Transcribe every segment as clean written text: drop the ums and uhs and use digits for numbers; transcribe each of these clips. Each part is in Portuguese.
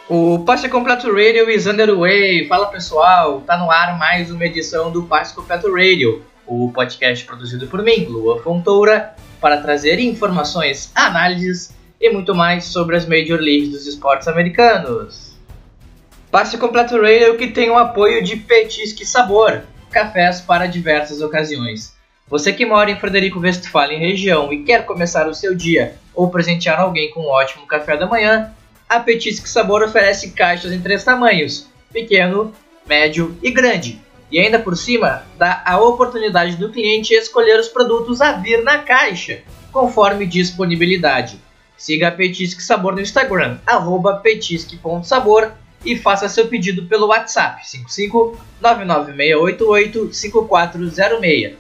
O Passe Completo Radio is underway. Fala pessoal, tá no ar mais uma edição do Passe Completo Radio, o podcast produzido por mim, Lua Fontoura, para trazer informações, análises e muito mais sobre as Major Leagues dos esportes americanos. Passe Completo Radio que tem o apoio de Petisque Sabor, cafés para diversas ocasiões. Você que mora em Frederico Westphalen região e quer começar o seu dia ou presentear alguém com um ótimo café da manhã, a Petisque Sabor oferece caixas em 3 tamanhos, pequeno, médio e grande. E ainda por cima, dá a oportunidade do cliente escolher os produtos a vir na caixa, conforme disponibilidade. Siga a Petisque Sabor no Instagram, @petisque.sabor, e faça seu pedido pelo WhatsApp 55-99688-5406.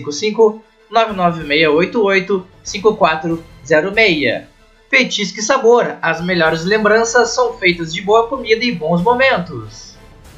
55-99688-5406. Petisque Sabor, as melhores lembranças são feitas de boa comida e bons momentos.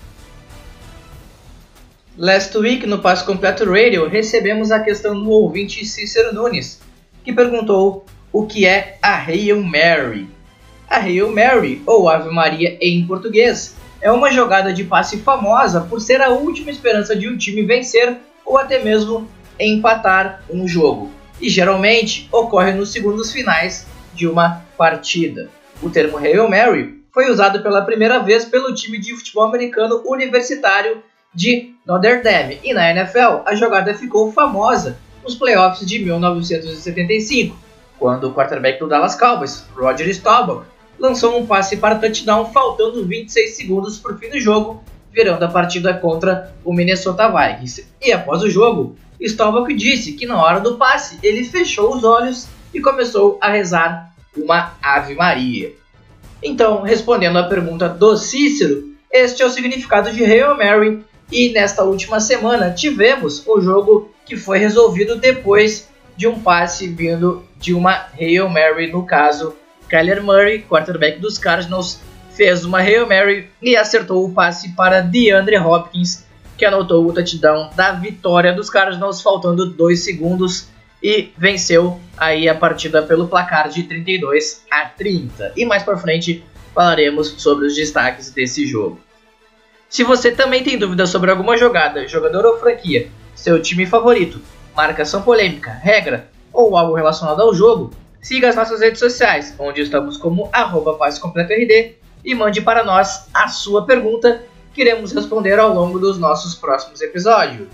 Last week, no Passe Completo Radio, recebemos a questão do ouvinte Cícero Nunes, que perguntou o que é a Hail Mary. A Hail Mary, ou Ave Maria em português, é uma jogada de passe famosa por ser a última esperança de um time vencer ou até mesmo empatar um jogo, e geralmente ocorre nos segundos finais de uma partida. O termo Hail Mary foi usado pela primeira vez pelo time de futebol americano universitário de Notre Dame, e na NFL a jogada ficou famosa nos playoffs de 1975, quando o quarterback do Dallas Cowboys, Roger Staubach, lançou um passe para touchdown faltando 26 segundos para o fim do jogo, virando a partida contra o Minnesota Vikings. E após o jogo, Staubach disse que na hora do passe ele fechou os olhos e começou a rezar uma Ave Maria. Então, respondendo à pergunta do Cícero, este é o significado de Hail Mary, e nesta última semana tivemos o jogo que foi resolvido depois de um passe vindo de uma Hail Mary. No caso, Kyler Murray, quarterback dos Cardinals, fez uma Hail Mary e acertou o passe para DeAndre Hopkins, que anotou o touchdown da vitória dos Cardinals faltando 2 segundos e venceu aí a partida pelo placar de 32-30. E mais para frente falaremos sobre os destaques desse jogo. Se você também tem dúvidas sobre alguma jogada, jogador ou franquia, seu time favorito, marcação polêmica, regra ou algo relacionado ao jogo, siga as nossas redes sociais, onde estamos como @PasseCompletoRD, e mande para nós a sua pergunta, que iremos responder ao longo dos nossos próximos episódios.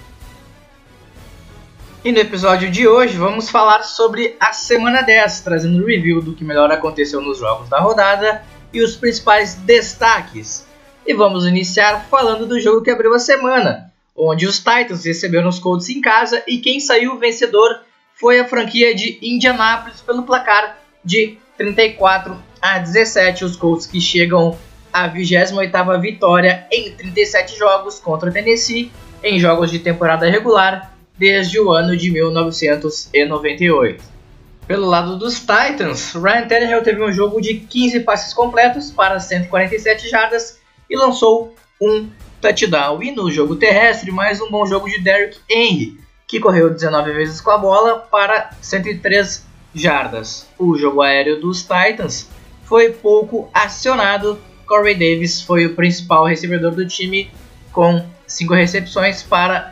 E no episódio de hoje vamos falar sobre a semana 10, trazendo um review do que melhor aconteceu nos jogos da rodada e os principais destaques. E vamos iniciar falando do jogo que abriu a semana, onde os Titans receberam os Colts em casa e quem saiu vencedor foi a franquia de Indianápolis pelo placar de 34-17. Os Colts que chegam à 28ª vitória em 37 jogos contra o Tennessee em jogos de temporada regular desde o ano de 1998. Pelo lado dos Titans, Ryan Tannehill teve um jogo de 15 passes completos para 147 jardas e lançou um touchdown. E no jogo terrestre, mais um bom jogo de Derrick Henry, que correu 19 vezes com a bola para 103 jardas. O jogo aéreo dos Titans foi pouco acionado. Corey Davis foi o principal recebedor do time com 5 recepções para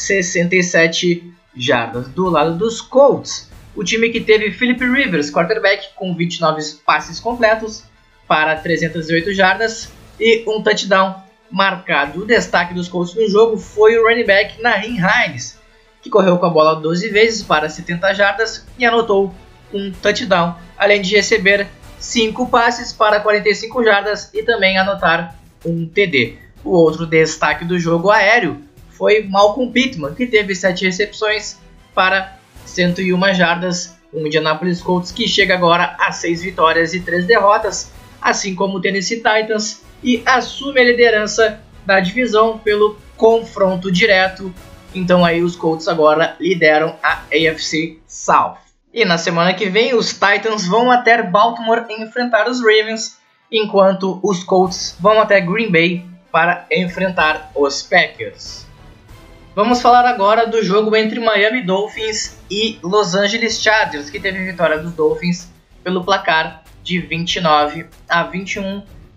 67 jardas. Do lado dos Colts, o time que teve Philip Rivers, quarterback, com 29 passes completos para 308 jardas e um touchdown marcado. O destaque dos Colts no jogo foi o running back Nyheim Hines, que correu com a bola 12 vezes para 70 jardas e anotou um touchdown, além de receber 5 passes para 45 jardas e também anotar um TD. O outro destaque do jogo aéreo foi Malcolm Pittman, que teve 7 recepções para 101 jardas. O Indianapolis Colts que chega agora a 6 vitórias e 3 derrotas, assim como o Tennessee Titans, e assume a liderança da divisão pelo confronto direto. Então aí os Colts agora lideram a AFC South. E na semana que vem os Titans vão até Baltimore enfrentar os Ravens, enquanto os Colts vão até Green Bay para enfrentar os Packers. Vamos falar agora do jogo entre Miami Dolphins e Los Angeles Chargers, que teve vitória dos Dolphins pelo placar de 29-21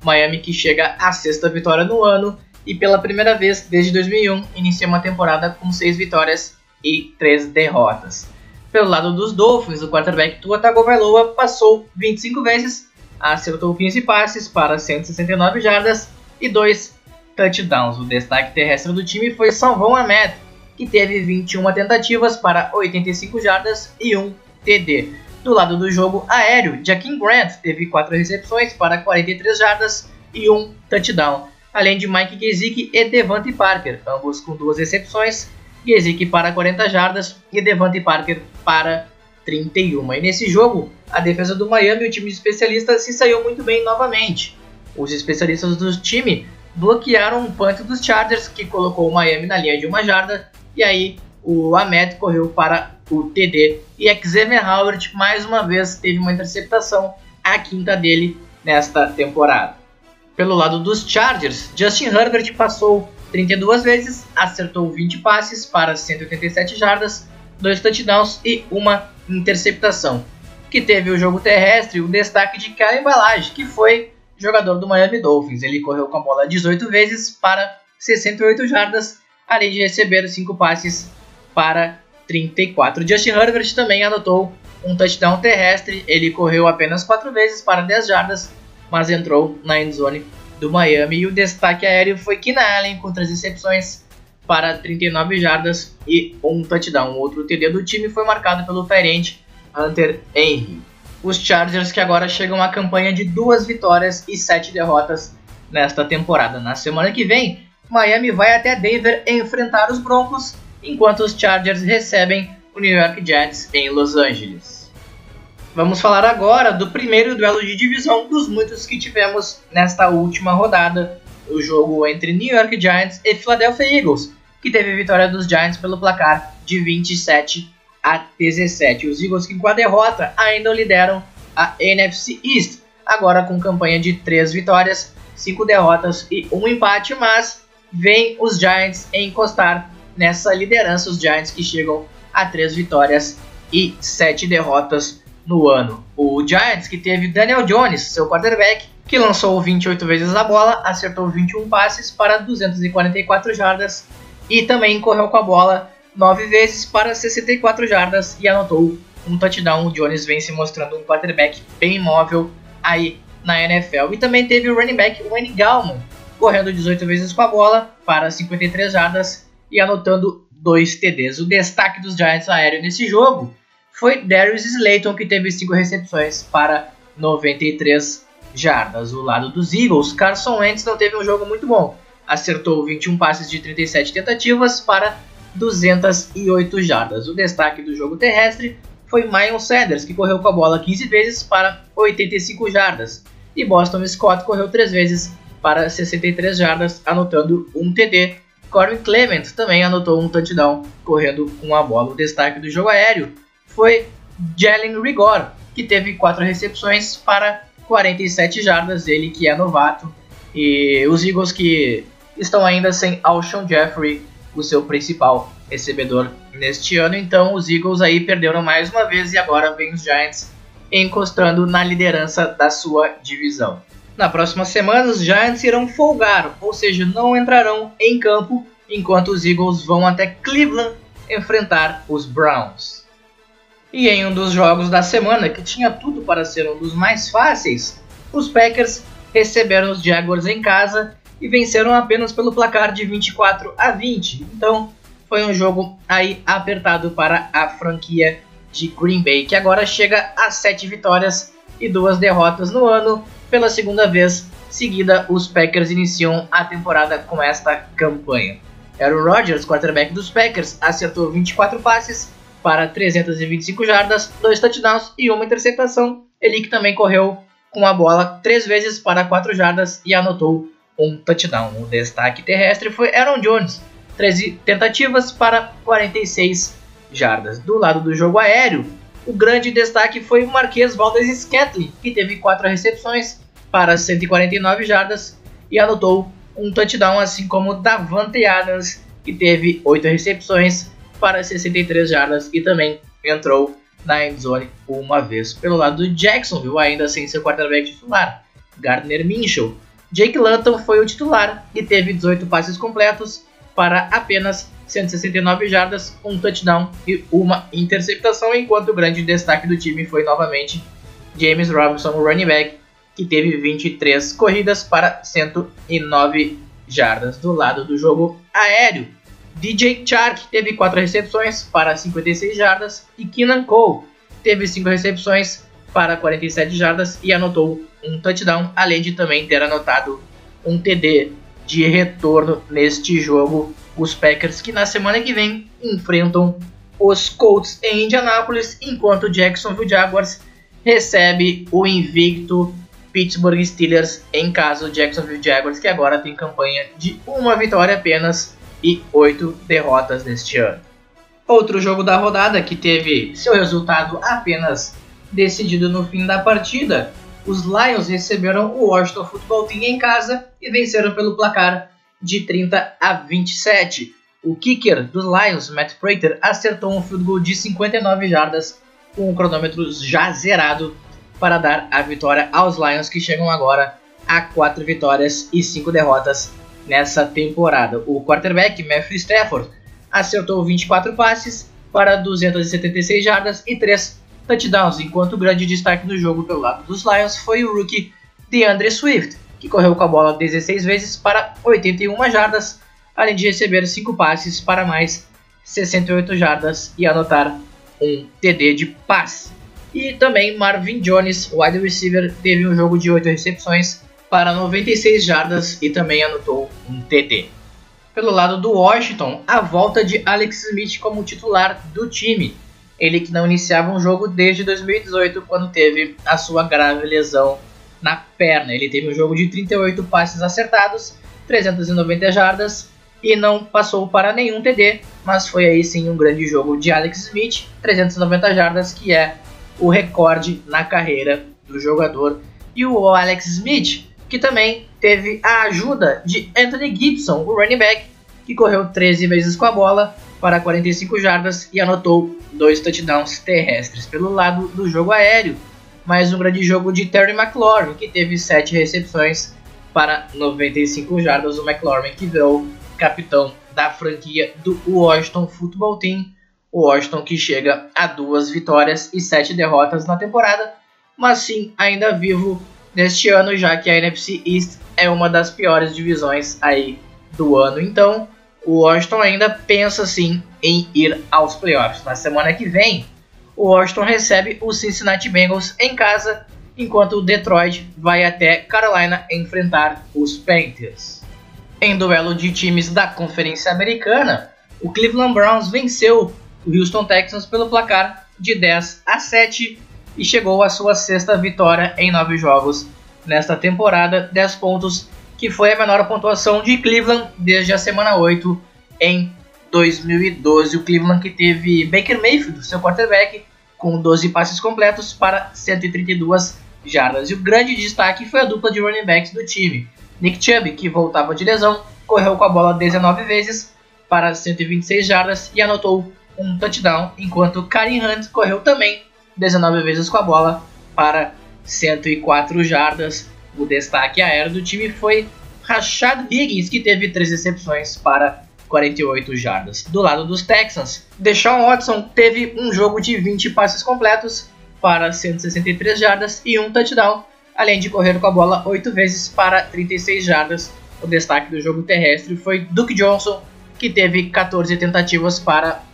Miami que chega à 6ª vitória no ano e pela primeira vez desde 2001 inicia uma temporada com 6 vitórias e 3 derrotas. Pelo lado dos Dolphins, o quarterback Tua Tagovailoa passou 25 vezes, acertou 15 passes para 169 jardas e 2 touchdowns. O destaque terrestre do time foi Salvon Ahmed, que teve 21 tentativas para 85 jardas e 1 TD. Do lado do jogo aéreo, Jaquim Grant teve 4 recepções para 43 jardas e 1 touchdown, além de Mike Gesicki e Devante Parker, ambos com 2 recepções, Gesicki para 40 jardas e Devante Parker para 31. E nesse jogo, a defesa do Miami, o time de especialistas, se saiu muito bem novamente. Os especialistas do time bloquearam um punt dos Chargers, que colocou o Miami na linha de 1 jarda, e aí o Ahmed correu para o TD. E Xavier Howard, mais uma vez, teve uma interceptação, a 5ª dele nesta temporada. Pelo lado dos Chargers, Justin Herbert passou 32 vezes, acertou 20 passes para 187 jardas, 2 touchdowns e 1 interceptação. Que teve o jogo terrestre o destaque de Kalen Ballage, que foi jogador do Miami Dolphins. Ele correu com a bola 18 vezes para 68 jardas, além de receber 5 passes para 34. Justin Herbert também anotou um touchdown terrestre. Ele correu apenas 4 vezes para 10 jardas, mas entrou na endzone do Miami. E o destaque aéreo foi Keenan Allen com 3 recepções para 39 jardas e 1 touchdown. O outro TD do time foi marcado pelo tight end Hunter Henry. Os Chargers que agora chegam à campanha de 2 vitórias e 7 derrotas nesta temporada. Na semana que vem, Miami vai até Denver enfrentar os Broncos, enquanto os Chargers recebem o New York Jets em Los Angeles. Vamos falar agora do primeiro duelo de divisão dos muitos que tivemos nesta última rodada, o jogo entre New York Giants e Philadelphia Eagles, que teve vitória dos Giants pelo placar de 27-17. Os Eagles que com a derrota ainda lideram a NFC East, agora com campanha de 3 vitórias, 5 derrotas e 1 empate, mas vem os Giants encostar nessa liderança, os Giants que chegam a 3 vitórias e 7 derrotas no ano. O Giants que teve Daniel Jones, seu quarterback, que lançou 28 vezes a bola, acertou 21 passes para 244 jardas e também correu com a bola 9 vezes para 64 jardas e anotou um touchdown. O Jones vem se mostrando um quarterback bem móvel aí na NFL. E também teve o running back Wayne Gallman, correndo 18 vezes com a bola para 53 jardas e anotando 2 TDs. O destaque dos Giants aéreo nesse jogo foi Darius Slayton, que teve 5 recepções para 93 jardas. O lado dos Eagles, Carson Wentz não teve um jogo muito bom. Acertou 21 passes de 37 tentativas para 208 jardas. O destaque do jogo terrestre foi Miles Sanders, que correu com a bola 15 vezes para 85 jardas. E Boston Scott correu 3 vezes para 63 jardas, anotando um TD. Corey Clement também anotou um touchdown correndo com a bola. O destaque do jogo aéreo foi Jalen Rigor, que teve 4 recepções para 47 jardas, ele que é novato. E os Eagles que estão ainda sem Alshon Jeffrey, o seu principal recebedor neste ano. Então os Eagles aí perderam mais uma vez e agora vem os Giants encostando na liderança da sua divisão. Na próxima semana os Giants irão folgar, ou seja, não entrarão em campo, enquanto os Eagles vão até Cleveland enfrentar os Browns. E em um dos jogos da semana, que tinha tudo para ser um dos mais fáceis, os Packers receberam os Jaguars em casa e venceram apenas pelo placar de 24-20. Então foi um jogo aí apertado para a franquia de Green Bay, que agora chega a 7 vitórias e 2 derrotas no ano. Pela segunda vez seguida, os Packers iniciam a temporada com esta campanha. Aaron Rodgers, quarterback dos Packers, acertou 24 passes para 325 jardas, 2 touchdowns e 1 interceptação. Ele que também correu com a bola 3 vezes para 4 jardas e anotou um touchdown. O destaque terrestre foi Aaron Jones, 13 tentativas para 46 jardas. Do lado do jogo aéreo, o grande destaque foi o Marquez Valdes-Scantling, que teve 4 recepções para 149 jardas e anotou um touchdown, assim como Davante Adams, que teve 8 recepções para 63 jardas e também entrou na endzone uma vez. Pelo lado do Jacksonville, ainda sem seu quarterback titular, Gardner Minshew Jake Luton foi o titular e teve 18 passes completos para apenas 169 jardas, um touchdown e uma interceptação, enquanto o grande destaque do time foi novamente James Robinson, o running back, que teve 23 corridas para 109 jardas. Do lado do jogo aéreo, DJ Chark teve 4 recepções para 56 jardas e Keenan Cole teve 5 recepções para 47 jardas e anotou um touchdown, além de também ter anotado um TD de retorno neste jogo. Os Packers, que na semana que vem enfrentam os Colts em Indianápolis, enquanto o Jacksonville Jaguars recebe o invicto Pittsburgh Steelers em casa. O Jacksonville Jaguars, que agora tem campanha de uma vitória apenas e 8 derrotas neste ano. Outro jogo da rodada que teve seu resultado apenas decidido no fim da partida, os Lions receberam o Washington Football Team em casa e venceram pelo placar de 30-27. O kicker dos Lions, Matt Prater, acertou um field goal de 59 jardas com o cronômetro já zerado para dar a vitória aos Lions, que chegam agora a 4 vitórias e 5 derrotas nessa temporada. O quarterback, Matthew Stafford, acertou 24 passes para 276 jardas e 3 touchdowns, enquanto o grande destaque do jogo pelo lado dos Lions foi o rookie DeAndre Swift, que correu com a bola 16 vezes para 81 jardas, além de receber 5 passes para mais 68 jardas e anotar um TD de passe. E também Marvin Jones, wide receiver, teve um jogo de 8 recepções para 96 jardas e também anotou um TD. Pelo lado do Washington, a volta de Alex Smith como titular do time. Ele que não iniciava um jogo desde 2018, quando teve a sua grave lesão na perna. Ele teve um jogo de 38 passes acertados, 390 jardas e não passou para nenhum TD, mas foi aí sim um grande jogo de Alex Smith, 390 jardas, que é o recorde na carreira do jogador. E o Alex Smith, que também teve a ajuda de Anthony Gibson, o running back, que correu 13 vezes com a bola para 45 jardas e anotou 2 touchdowns terrestres. Pelo lado do jogo aéreo, mais um grande jogo de Terry McLaurin, que teve 7 recepções para 95 jardas. O McLaurin, que virou capitão da franquia do Washington Football Team. O Washington, que chega a 2 vitórias e 7 derrotas na temporada, mas sim ainda vivo neste ano, já que a NFC East é uma das piores divisões aí do ano. Então o Washington ainda pensa sim em ir aos playoffs. Na semana que vem, o Washington recebe o Cincinnati Bengals em casa, enquanto o Detroit vai até Carolina enfrentar os Panthers. Em duelo de times da Conferência Americana, o Cleveland Browns venceu o Houston Texans pelo placar de 10-7 e chegou à sua 6ª vitória em 9 jogos nesta temporada, 10 pontos, que foi a menor pontuação de Cleveland desde a semana 8 em 2012. O Cleveland, que teve Baker Mayfield, seu quarterback, com 12 passes completos para 132 jardas. E o grande destaque foi a dupla de running backs do time. Nick Chubb, que voltava de lesão, correu com a bola 19 vezes para 126 jardas e anotou um touchdown, enquanto Kareem Hunt correu também 19 vezes com a bola para 104 jardas. O destaque aéreo do time foi Rashad Higgins, que teve 3 recepções para 48 jardas. Do lado dos Texans, Deshaun Watson teve um jogo de 20 passes completos para 163 jardas e um touchdown, além de correr com a bola 8 vezes para 36 jardas. O destaque do jogo terrestre foi Duke Johnson, que teve 14 tentativas para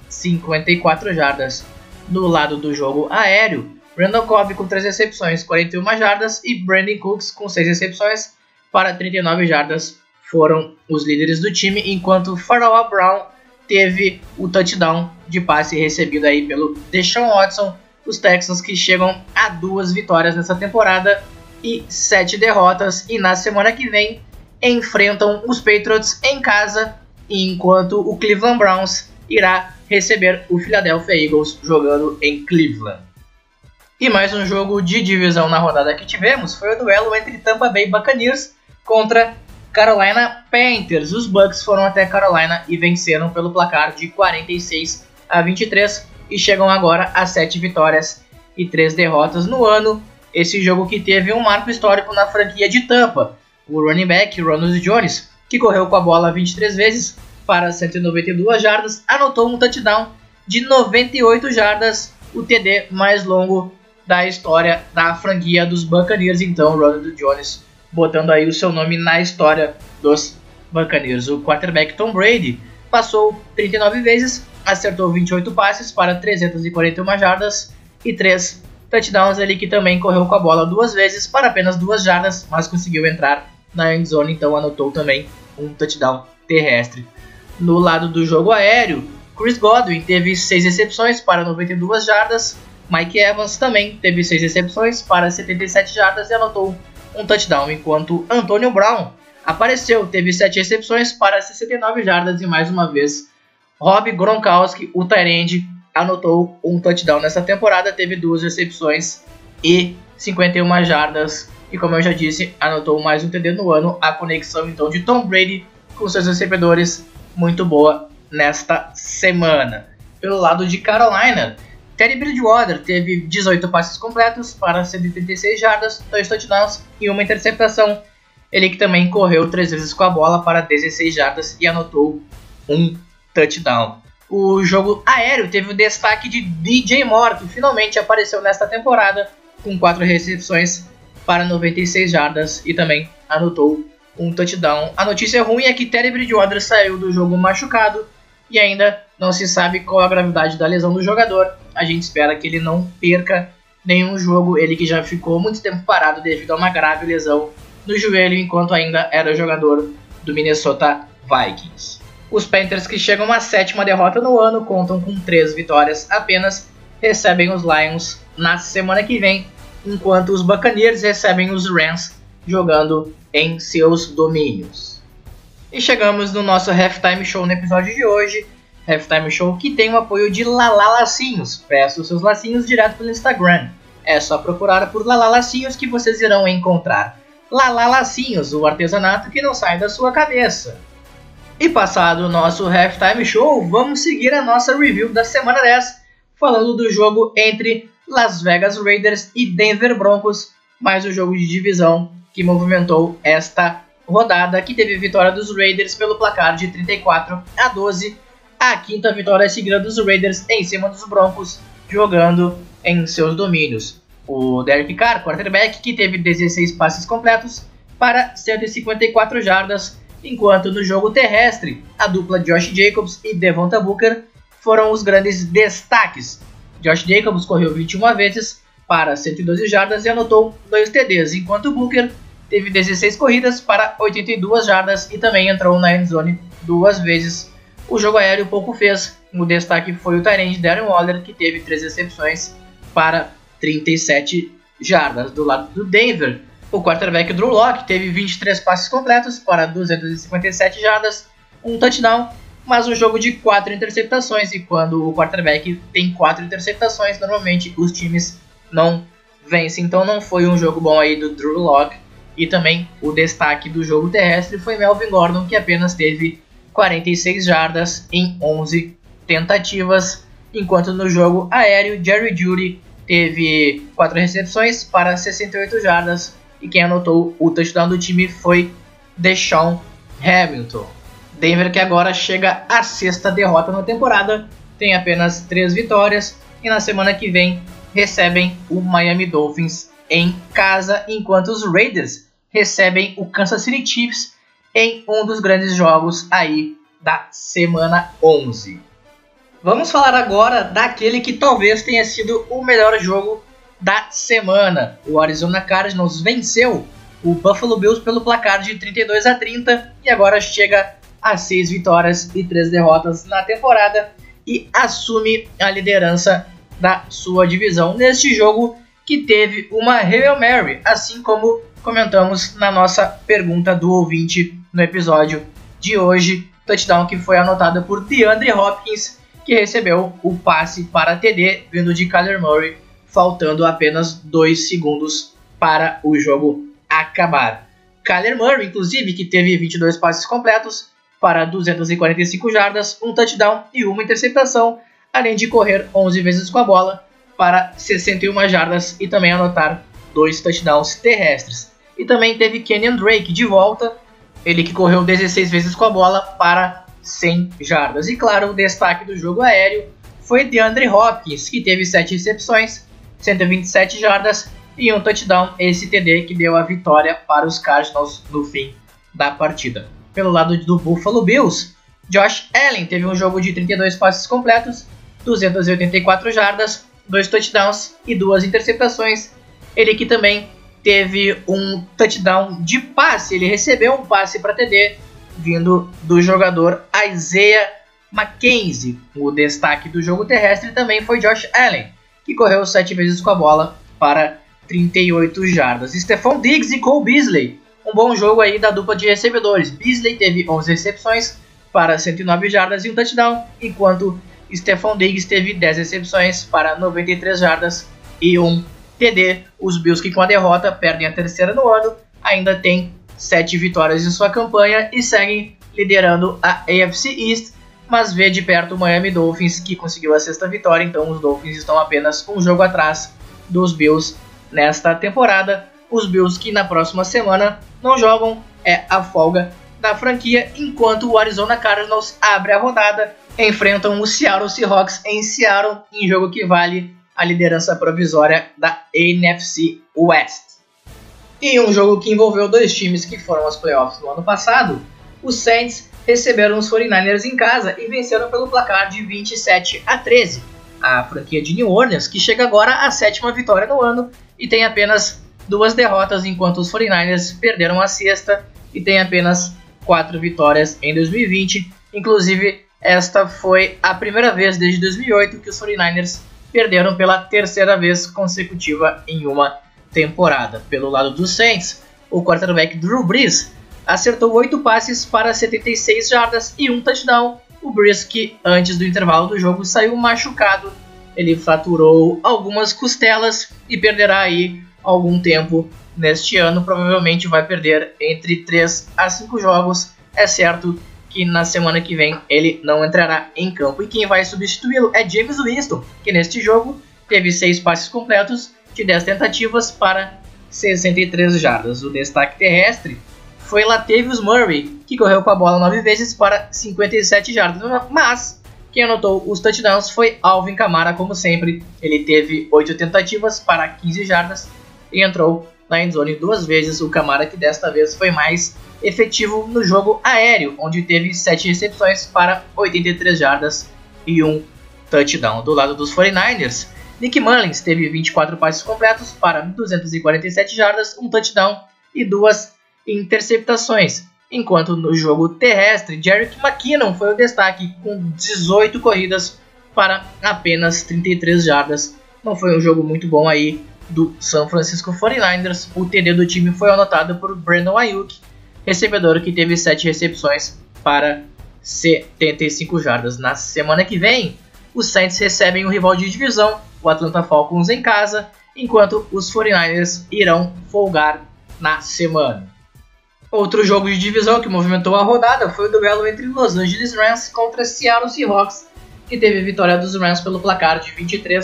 54 jardas. Do lado do jogo aéreo, Randall Cobb com 3 recepções, 41 jardas, e Brandon Cooks com 6 recepções para 39 jardas foram os líderes do time, enquanto Pharaoh Brown teve o touchdown de passe recebido aí pelo Deshaun Watson. Os Texans, que chegam a 2 vitórias nessa temporada e 7 derrotas, e na semana que vem enfrentam os Patriots em casa, enquanto o Cleveland Browns irá receber o Philadelphia Eagles jogando em Cleveland. E mais um jogo de divisão na rodada que tivemos foi o duelo entre Tampa Bay Buccaneers contra Carolina Panthers. Os Bucs foram até Carolina e venceram pelo placar de 46-23 e chegam agora a 7 vitórias e 3 derrotas no ano. Esse jogo que teve um marco histórico na franquia de Tampa. o running back Ronald Jones, que correu com a bola 23 vezes para 192 jardas, anotou um touchdown de 98 jardas, o TD mais longo da história da franquia dos Buccaneers. Então, Ronald Jones botando aí o seu nome na história dos Buccaneers. O quarterback Tom Brady passou 39 vezes, acertou 28 passes para 341 jardas e 3 touchdowns. Ele que também correu com a bola 2 vezes para apenas 2 jardas, mas conseguiu entrar na endzone, então anotou também um touchdown terrestre. No lado do jogo aéreo, Chris Godwin teve 6 recepções para 92 jardas, Mike Evans também teve 6 recepções para 77 jardas e anotou um touchdown, enquanto Antonio Brown apareceu, teve 7 recepções para 69 jardas e mais uma vez Rob Gronkowski, o tight end, anotou um touchdown nessa temporada, teve 2 recepções e 51 jardas e, como eu já disse, anotou mais um TD no ano. A conexão então de Tom Brady com seus recebedores muito boa nesta semana. Pelo lado de Carolina, Teddy Bridgewater teve 18 passes completos para 136 jardas, 2 touchdowns e 1 interceptação. Ele que também correu 3 vezes com a bola para 16 jardas e anotou um touchdown. O jogo aéreo teve o destaque de DJ Moore, que finalmente apareceu nesta temporada com 4 recepções para 96 jardas e também anotou um touchdown. A notícia ruim é que Teddy Bridgewater saiu do jogo machucado e ainda não se sabe qual a gravidade da lesão do jogador. A gente espera que ele não perca nenhum jogo, ele que já ficou muito tempo parado devido a uma grave lesão no joelho enquanto ainda era jogador do Minnesota Vikings. Os Panthers, que chegam à 7ª derrota no ano, contam com 3 vitórias apenas, recebem os Lions na semana que vem, enquanto os Buccaneers recebem os Rams jogando em seus domínios. E chegamos no nosso Halftime Show no episódio de hoje. Halftime Show que tem o apoio de Lala Lacinhos. Peça os seus lacinhos direto pelo Instagram. É só procurar por Lala Lacinhos que vocês irão encontrar. Lala Lacinhos, o artesanato que não sai da sua cabeça. E passado o nosso Halftime Show, vamos seguir a nossa review da semana 10, falando do jogo entre Las Vegas Raiders e Denver Broncos, mais o jogo de divisão que movimentou esta rodada, que teve vitória dos Raiders pelo placar de 34-12, a 5ª vitória seguida dos Raiders em cima dos Broncos, jogando em seus domínios. O Derek Carr, quarterback, que teve 16 passes completos para 154 jardas, enquanto no jogo terrestre, a dupla Josh Jacobs e Devonta Booker foram os grandes destaques. Josh Jacobs correu 21 vezes para 112 jardas e anotou 2 TDs, enquanto Booker teve 16 corridas para 82 jardas e também entrou na endzone 2 vezes. O jogo aéreo pouco fez, o destaque foi o tight end Darren Waller, que teve 3 recepções para 37 jardas. Do lado do Denver, o quarterback Drew Lock teve 23 passes completos para 257 jardas, um touchdown, mas um jogo de 4 interceptações, e quando o quarterback tem 4 interceptações, normalmente os times não vencem, então não foi um jogo bom aí do Drew Lock. E também o destaque do jogo terrestre foi Melvin Gordon, que apenas teve 46 jardas em 11 tentativas, enquanto no jogo aéreo Jerry Jeudy teve 4 recepções para 68 jardas e quem anotou o touchdown do time foi DeSean Hamilton. Denver, que agora chega à 6ª derrota na temporada, tem apenas 3 vitórias e na semana que vem recebem o Miami Dolphins em casa, enquanto os Raiders recebem o Kansas City Chiefs em um dos grandes jogos aí da semana 11. Vamos falar agora daquele que talvez tenha sido o melhor jogo da semana. O Arizona Cardinals venceu o Buffalo Bills pelo placar de 32-30 e agora chega a 6 vitórias e 3 derrotas na temporada e assume a liderança da sua divisão neste jogo que teve uma Hail Mary, assim como comentamos na nossa pergunta do ouvinte no episódio de hoje. Touchdown que foi anotado por DeAndre Hopkins, que recebeu o passe para TD vindo de Kyler Murray, faltando apenas 2 segundos para o jogo acabar. Kyler Murray, inclusive, que teve 22 passes completos para 245 jardas, um touchdown e uma interceptação, além de correr 11 vezes com a bola para 61 jardas e também anotar 2 touchdowns terrestres. E também teve Kenyan Drake de volta, ele que correu 16 vezes com a bola para 100 jardas. E claro, o destaque do jogo aéreo foi DeAndre Hopkins, que teve 7 recepções, 127 jardas e um touchdown, esse TD que deu a vitória para os Cardinals no fim da partida. Pelo lado do Buffalo Bills, Josh Allen teve um jogo de 32 passes completos, 284 jardas, 2 touchdowns e 2 interceptações. Ele que também teve um touchdown de passe, ele recebeu um passe para TD vindo do jogador Isaiah McKenzie. O destaque do jogo terrestre também foi Josh Allen, que correu 7 vezes com a bola para 38 jardas. Stephon Diggs e Cole Beasley, um bom jogo aí da dupla de recebedores. Beasley teve 11 recepções para 109 jardas e um touchdown, enquanto Stephon Diggs teve 10 recepções para 93 jardas e um TD. Os Bills, que com a derrota perdem a terceira no ano, ainda tem 7 vitórias em sua campanha e seguem liderando a AFC East, mas vê de perto o Miami Dolphins, que conseguiu a 6ª vitória, então os Dolphins estão apenas um jogo atrás dos Bills nesta temporada. Os Bills que na próxima semana não jogam, é a folga da franquia, enquanto o Arizona Cardinals abre a rodada, enfrentam o Seattle Seahawks em Seattle, em jogo que vale a liderança provisória da NFC West. E um jogo que envolveu 2 times que foram aos playoffs no ano passado, os Saints receberam os 49ers em casa e venceram pelo placar de 27-13. A franquia de New Orleans, que chega agora à 7ª vitória no ano e tem apenas 2 derrotas, enquanto os 49ers perderam a 6ª e tem apenas 4 vitórias em 2020. Inclusive, esta foi a primeira vez desde 2008 que os 49ers perderam pela 3ª vez consecutiva em uma temporada. Pelo lado dos Saints, o quarterback Drew Brees acertou 8 passes para 76 jardas e um touchdown. O Brees, que antes do intervalo do jogo saiu machucado, ele fraturou algumas costelas e perderá aí algum tempo neste ano. Provavelmente vai perder entre 3 a 5 jogos. É certo que na semana que vem ele não entrará em campo. E quem vai substituí-lo é James Winston, que neste jogo teve 6 passes completos de 10 tentativas para 63 jardas. O destaque terrestre foi Latavius Murray, que correu com a bola 9 vezes para 57 jardas. Mas quem anotou os touchdowns foi Alvin Kamara, como sempre. Ele teve 8 tentativas para 15 jardas e entrou na endzone 2 vezes. O Kamara, que desta vez foi mais efetivo no jogo aéreo, onde teve 7 recepções para 83 jardas e um touchdown. Do lado dos 49ers, Nick Mullins teve 24 passes completos para 247 jardas, um touchdown e 2 interceptações. Enquanto no jogo terrestre, Jerick McKinnon foi o destaque com 18 corridas para apenas 33 jardas. Não foi um jogo muito bom aí do San Francisco 49ers. O TD do time foi anotado por Brandon Ayuk, recebedor que teve 7 recepções para 75 jardas. Na semana que vem, os Saints recebem o rival de divisão, o Atlanta Falcons, em casa, enquanto os 49ers irão folgar na semana. Outro jogo de divisão que movimentou a rodada foi o duelo entre Los Angeles Rams contra Seattle Seahawks, que teve a vitória dos Rams pelo placar de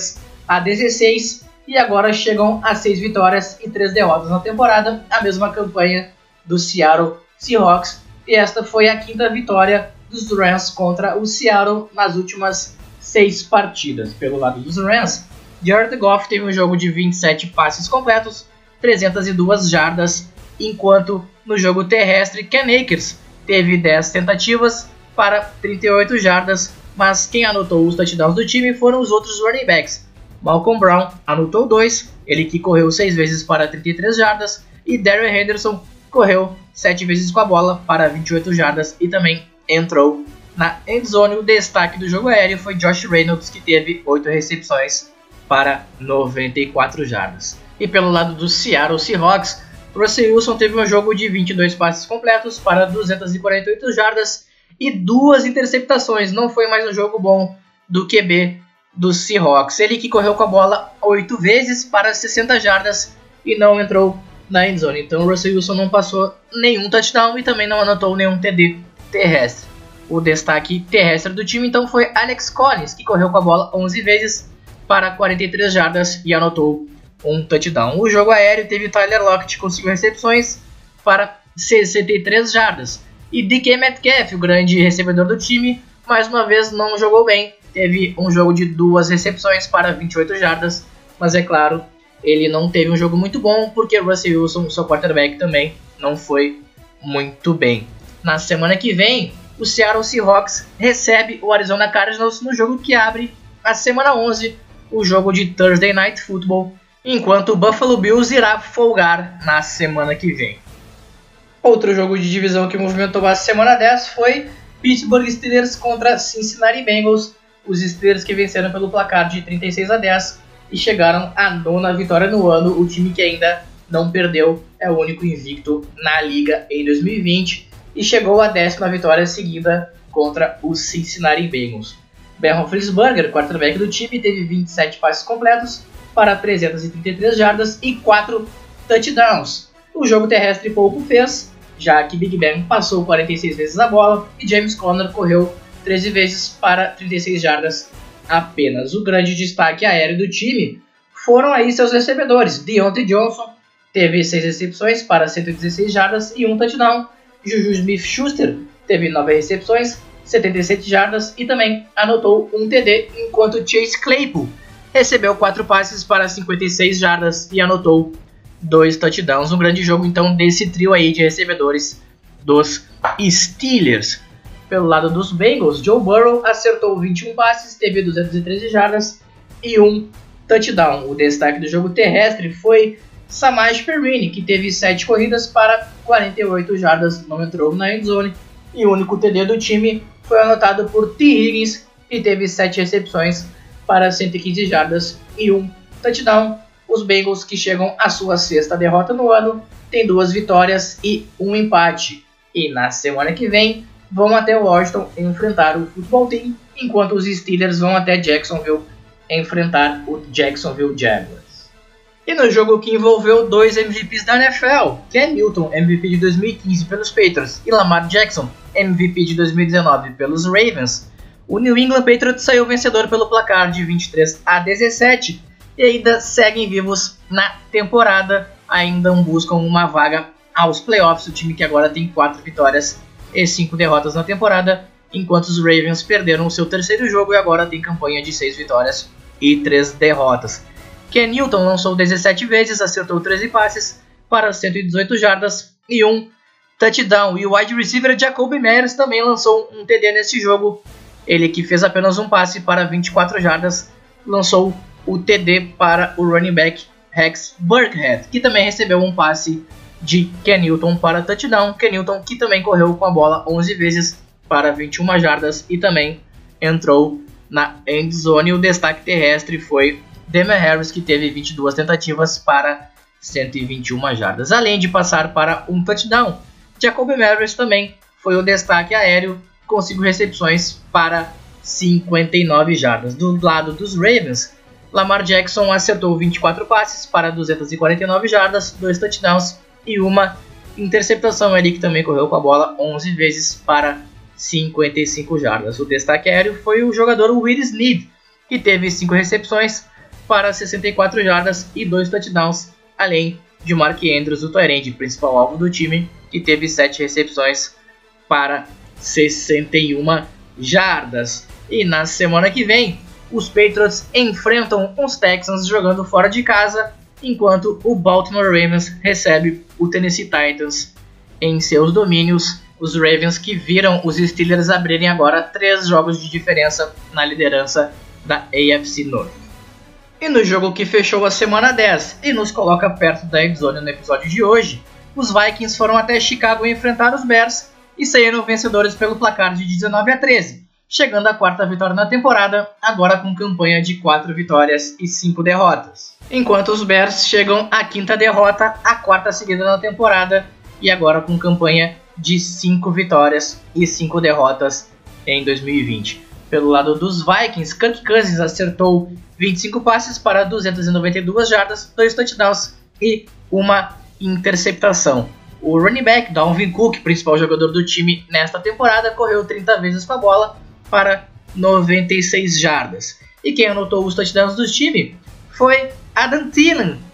23-16 e agora chegam a 6 vitórias e 3 derrotas na temporada, a mesma campanha do Seattle Seahawks, e esta foi a 5ª vitória dos Rams contra o Seattle nas últimas 6 partidas. Pelo lado dos Rams, Jared Goff teve um jogo de 27 passes completos, 302 jardas, enquanto no jogo terrestre, Cam Akers teve 10 tentativas para 38 jardas, mas quem anotou os touchdowns do time foram os outros running backs. Malcolm Brown anotou 2, ele que correu 6 vezes para 33 jardas, e Darrell Henderson correu 7 vezes com a bola para 28 jardas e também entrou na endzone. O destaque do jogo aéreo foi Josh Reynolds, que teve 8 recepções para 94 jardas. E pelo lado do Seattle Seahawks, Russell Wilson teve um jogo de 22 passes completos para 248 jardas e 2 interceptações. Não foi mais um jogo bom do QB dos Seahawks. Ele que correu com a bola 8 vezes para 60 jardas e não entrou na endzone. Então o Russell Wilson não passou nenhum touchdown e também não anotou nenhum TD terrestre. O destaque terrestre do time então foi Alex Collins, que correu com a bola 11 vezes para 43 jardas e anotou um touchdown. O jogo aéreo teve Tyler Lockett com 5 recepções para 63 jardas. E DK Metcalf, o grande recebedor do time, mais uma vez não jogou bem. Teve um jogo de 2 recepções para 28 jardas, mas é claro, ele não teve um jogo muito bom porque Russell Wilson, seu quarterback, também não foi muito bem. Na semana que vem, o Seattle Seahawks recebe o Arizona Cardinals no jogo que abre a semana 11, o jogo de Thursday Night Football, enquanto o Buffalo Bills irá folgar na semana que vem. Outro jogo de divisão que movimentou a semana 10 foi Pittsburgh Steelers contra Cincinnati Bengals, os Steelers que venceram pelo placar de 36-10 e chegaram à 9ª vitória no ano. O time que ainda não perdeu é o único invicto na liga em 2020 e chegou à 10ª vitória seguida contra os Cincinnati Bengals. Ben Roethlisberger, quarterback do time, teve 27 passes completos para 333 jardas e 4 touchdowns. O jogo terrestre pouco fez, já que Big Ben passou 46 vezes a bola e James Conner correu 13 vezes para 36 jardas apenas. O grande destaque aéreo do time foram aí seus recebedores. Deontay Johnson teve 6 recepções para 116 jardas e 1 touchdown. Juju Smith-Schuster teve 9 recepções, 77 jardas e também anotou um TD, enquanto Chase Claypool recebeu 4 passes para 56 jardas e anotou 2 touchdowns. Um grande jogo então desse trio aí de recebedores dos Steelers. Pelo lado dos Bengals, Joe Burrow acertou 21 passes, teve 213 jardas e 1 touchdown. O destaque do jogo terrestre foi Samaje Perine, que teve 7 corridas para 48 jardas, não entrou na endzone. E o único TD do time foi anotado por T. Higgins, que teve 7 recepções para 115 jardas e 1 touchdown. Os Bengals, que chegam à sua 6ª derrota no ano, têm 2 vitórias e 1 empate. E na semana que vem vão até Washington enfrentar o Football Team, enquanto os Steelers vão até Jacksonville enfrentar o Jacksonville Jaguars. E no jogo que envolveu 2 MVPs da NFL, Cam Newton, MVP de 2015 pelos Patriots, e Lamar Jackson, MVP de 2019 pelos Ravens, o New England Patriots saiu vencedor pelo placar de 23-17 e ainda seguem vivos na temporada, ainda buscam uma vaga aos playoffs, o time que agora tem 4 vitórias e 5 derrotas na temporada, enquanto os Ravens perderam o seu 3º jogo e agora tem campanha de 6 vitórias e 3 derrotas. Ken Newton lançou 17 vezes, acertou 13 passes para 118 jardas e 1 touchdown. E o wide receiver Jacoby Myers também lançou um TD nesse jogo, ele que fez apenas um passe para 24 jardas, lançou o TD para o running back Rex Burkhead, que também recebeu um passe de Ken Newton para touchdown. Ken Newton que também correu com a bola 11 vezes para 21 jardas e também entrou na end zone. O destaque terrestre foi Damian Harris, que teve 22 tentativas para 121 jardas, além de passar para um touchdown. Jacoby Myers também foi o destaque aéreo com 5 recepções para 59 jardas. Do lado dos Ravens, Lamar Jackson acertou 24 passes para 249 jardas, 2 touchdowns e 1 interceptação. Ele que também correu com a bola 11 vezes para 55 jardas. O destaque aéreo foi o jogador Will Snead, que teve 5 recepções para 64 jardas e 2 touchdowns, além de Mark Andrews, o tight end, principal alvo do time, que teve 7 recepções para 61 jardas. E na semana que vem, os Patriots enfrentam os Texans jogando fora de casa, enquanto o Baltimore Ravens recebe o Tennessee Titans em seus domínios. Os Ravens que viram os Steelers abrirem agora 3 jogos de diferença na liderança da AFC North. E no jogo que fechou a semana 10 e nos coloca perto da endzone no episódio de hoje, os Vikings foram até Chicago enfrentar os Bears e saíram vencedores pelo placar de 19-13, chegando à 4ª vitória na temporada, agora com campanha de 4 vitórias e 5 derrotas. Enquanto os Bears chegam à 5ª derrota, a 4ª seguida na temporada e agora com campanha de 5 vitórias e 5 derrotas em 2020. Pelo lado dos Vikings, Kirk Cousins acertou 25 passes para 292 jardas, 2 touchdowns e 1 interceptação. O running back Dalvin Cook, principal jogador do time nesta temporada, correu 30 vezes com a bola para 96 jardas. E quem anotou os touchdowns do time foi Adam Thielen,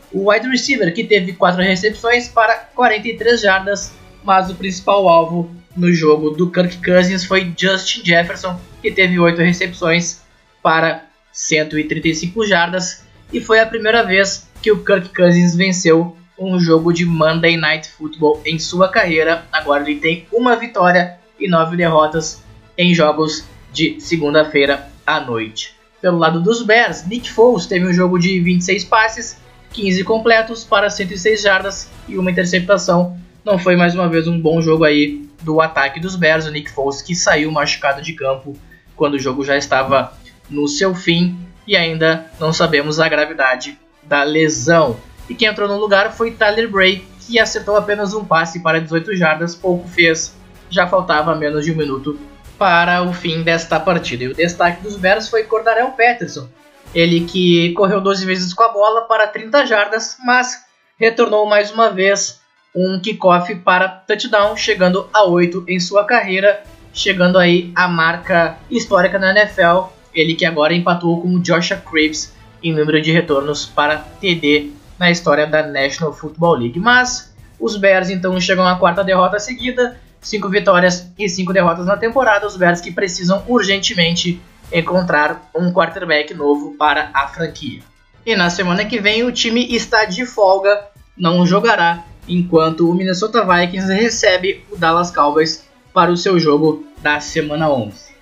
o wide receiver, que teve 4 recepções para 43 jardas, mas o principal alvo no jogo do Kirk Cousins foi Justin Jefferson, que teve 8 recepções para 135 jardas, e foi a primeira vez que o Kirk Cousins venceu um jogo de Monday Night Football em sua carreira. Agora ele tem 1 vitória e 9 derrotas em jogos de segunda-feira à noite. Pelo lado dos Bears, Nick Foles teve um jogo de 26 passes, 15 completos para 106 jardas e 1 interceptação. Não foi mais uma vez um bom jogo aí do ataque dos Bears. O Nick Foles, que saiu machucado de campo quando o jogo já estava no seu fim, e ainda não sabemos a gravidade da lesão. E quem entrou no lugar foi Tyler Bray, que acertou apenas um passe para 18 jardas, pouco fez, já faltava menos de 1 minuto para o fim desta partida. E o destaque dos Bears foi Cordarrelle Patterson, ele que correu 12 vezes com a bola para 30 jardas, mas retornou mais uma vez um kickoff para touchdown, chegando a 8 em sua carreira, chegando aí a marca histórica na NFL, ele que agora empatou com o Joshua Cribbs em número de retornos para TD na história da National Football League. Mas os Bears então chegam à 4ª derrota seguida, 5 vitórias e 5 derrotas na temporada. Os Bears que precisam urgentemente encontrar um quarterback novo para a franquia. E na semana que vem o time está de folga, não jogará, enquanto o Minnesota Vikings recebe o Dallas Cowboys para o seu jogo da semana 11.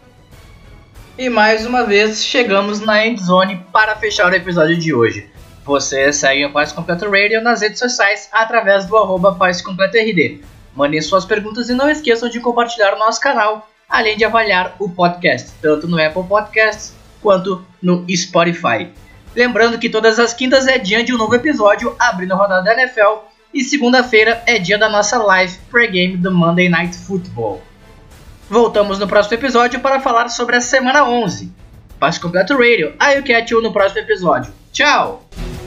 E mais uma vez chegamos na endzone para fechar o episódio de hoje. Você segue o Passe Completo Radio nas redes sociais através do @PasseCompletoRD. Mandem suas perguntas e não esqueçam de compartilhar o nosso canal, além de avaliar o podcast, tanto no Apple Podcasts quanto no Spotify. Lembrando que todas as quintas é dia de um novo episódio abrindo a rodada da NFL, e segunda-feira é dia da nossa live pre-game do Monday Night Football. Voltamos no próximo episódio para falar sobre a semana 11. Passe Completo Radio. I'll catch you no próximo episódio. Tchau!